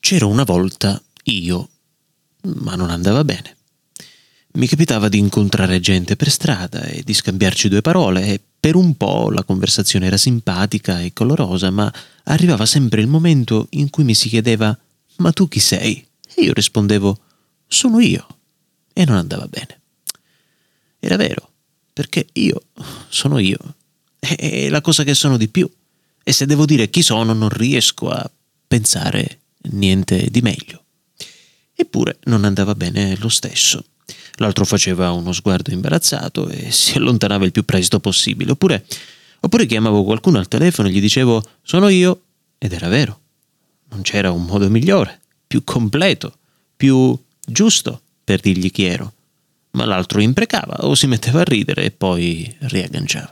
C'ero una volta io, ma non andava bene. Mi capitava di incontrare gente per strada e di scambiarci due parole e per un po' la conversazione era simpatica e colorosa, ma arrivava sempre il momento in cui mi si chiedeva «Ma tu chi sei?» E io rispondevo «Sono io» e non andava bene. Era vero, perché io sono io, è la cosa che sono di più, e se devo dire chi sono non riesco a pensare niente di meglio. Eppure non andava bene lo stesso. L'altro faceva uno sguardo imbarazzato e si allontanava il più presto possibile, oppure chiamavo qualcuno al telefono e gli dicevo «Sono io» ed era vero. Non c'era un modo migliore, più completo, più giusto per dirgli chi ero. Ma l'altro imprecava o si metteva a ridere e poi riagganciava.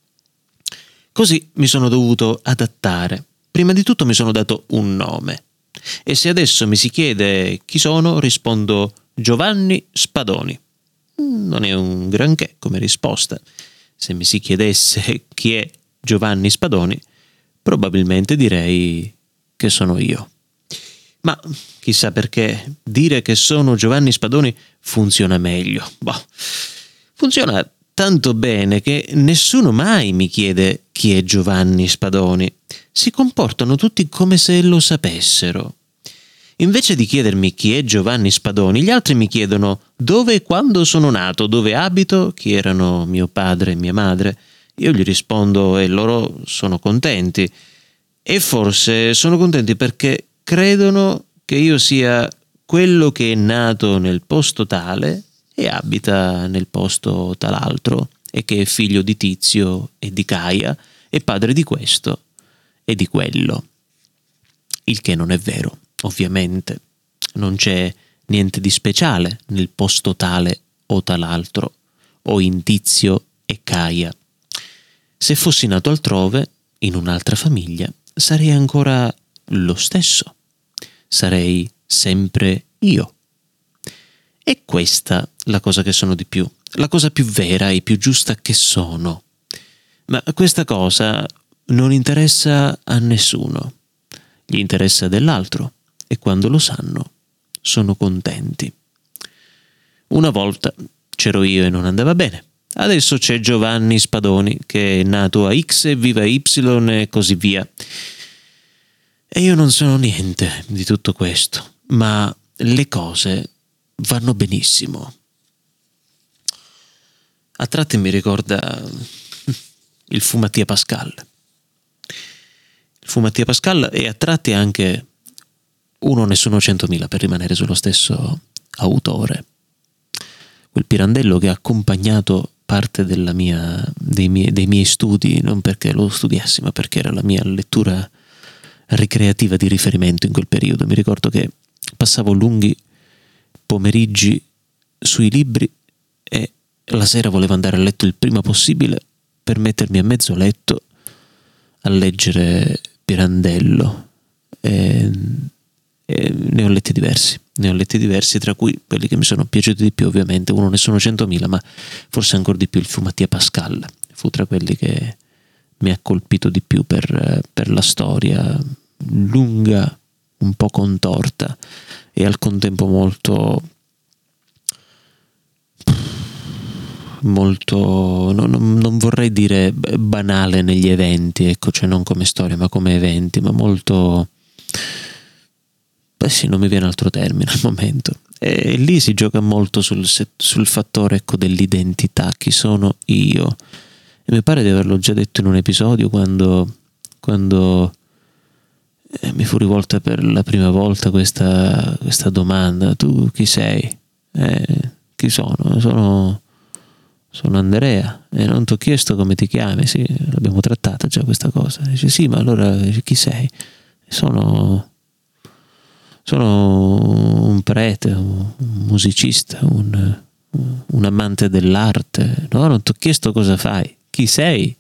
Così mi sono dovuto adattare. Prima di tutto mi sono dato un nome. E se adesso mi si chiede chi sono, rispondo Giovanni Spadoni. Non è un granché come risposta. Se mi si chiedesse chi è Giovanni Spadoni, probabilmente direi che sono io. Ma chissà perché dire che sono Giovanni Spadoni funziona meglio. Funziona tanto bene che nessuno mai mi chiede chi è Giovanni Spadoni. Si comportano tutti come se lo sapessero. Invece di chiedermi chi è Giovanni Spadoni, gli altri mi chiedono dove e quando sono nato, dove abito, chi erano mio padre e mia madre. Io gli rispondo e loro sono contenti. E forse sono contenti perché credono che io sia quello che è nato nel posto tale e abita nel posto tal'altro e che è figlio di Tizio e di Caia e padre di questo e di quello. Il che non è vero, ovviamente. Non c'è niente di speciale nel posto tale o tal'altro o in Tizio e Caia. Se fossi nato altrove, in un'altra famiglia, sarei ancora lo stesso. Sarei sempre io. E questa la cosa che sono di più, la cosa più vera e più giusta che sono. Ma questa cosa non interessa a nessuno. Gli interessa dell'altro e quando lo sanno sono contenti. Una volta c'ero io e non andava bene. Adesso c'è Giovanni Spadoni che è nato a X e vive a Y e così via. E io non sono niente di tutto questo, ma le cose vanno benissimo. A tratti mi ricorda il fu Mattia Pascal. Il fu Mattia Pascal e a tratti anche Uno ne sono 100.000 per rimanere sullo stesso autore. Quel Pirandello che ha accompagnato parte dei miei studi, non perché lo studiassi, ma perché era la mia lettura ricreativa di riferimento in quel periodo. Mi ricordo che passavo lunghi pomeriggi sui libri e la sera volevo andare a letto il prima possibile per mettermi a mezzo letto a leggere Pirandello. Ne ho letti diversi, tra cui quelli che mi sono piaciuti di più, ovviamente Uno ne sono 100.000, ma forse ancora di più il fu Mattia Pascal. Fu tra quelli che mi ha colpito di più per la storia lunga, un po' contorta e al contempo molto non vorrei dire banale negli eventi, ecco, cioè non come storia ma come eventi, ma molto, sì, non mi viene altro termine al momento. E lì si gioca molto sul fattore, ecco, dell'identità, chi sono io. E mi pare di averlo già detto in un episodio quando mi fu rivolta per la prima volta questa domanda: tu chi sei? Chi sono? Sono Andrea. E non ti ho chiesto come ti chiami. Sì, l'abbiamo trattata già questa cosa. Dice sì, ma allora chi sei? Sono un prete, un musicista, un amante dell'arte. No, non ti ho chiesto cosa fai. Chi sei?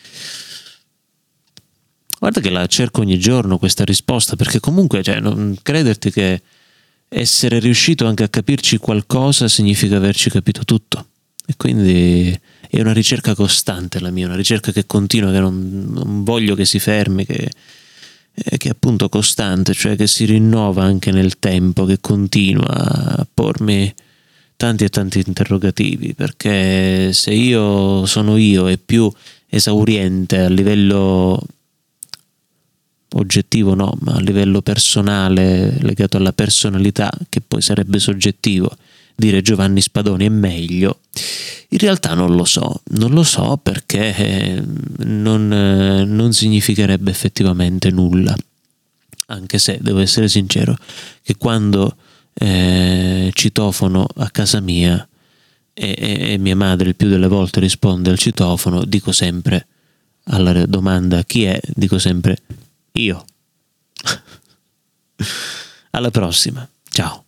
Guarda che la cerco ogni giorno questa risposta, perché comunque, cioè, non crederti che essere riuscito anche a capirci qualcosa significa averci capito tutto. E quindi è una ricerca costante la mia, una ricerca che continua, che non voglio che si fermi, che che è appunto costante, cioè che si rinnova anche nel tempo, che continua a pormi tanti e tanti interrogativi, perché se io sono io è più esauriente a livello oggettivo no, ma a livello personale, legato alla personalità, che poi sarebbe soggettivo, dire Giovanni Spadoni è meglio, in realtà non lo so perché non significherebbe effettivamente nulla, anche se devo essere sincero che quando citofono a casa mia e mia madre il più delle volte risponde al citofono, dico sempre alla domanda chi è, dico sempre io. Alla prossima, ciao.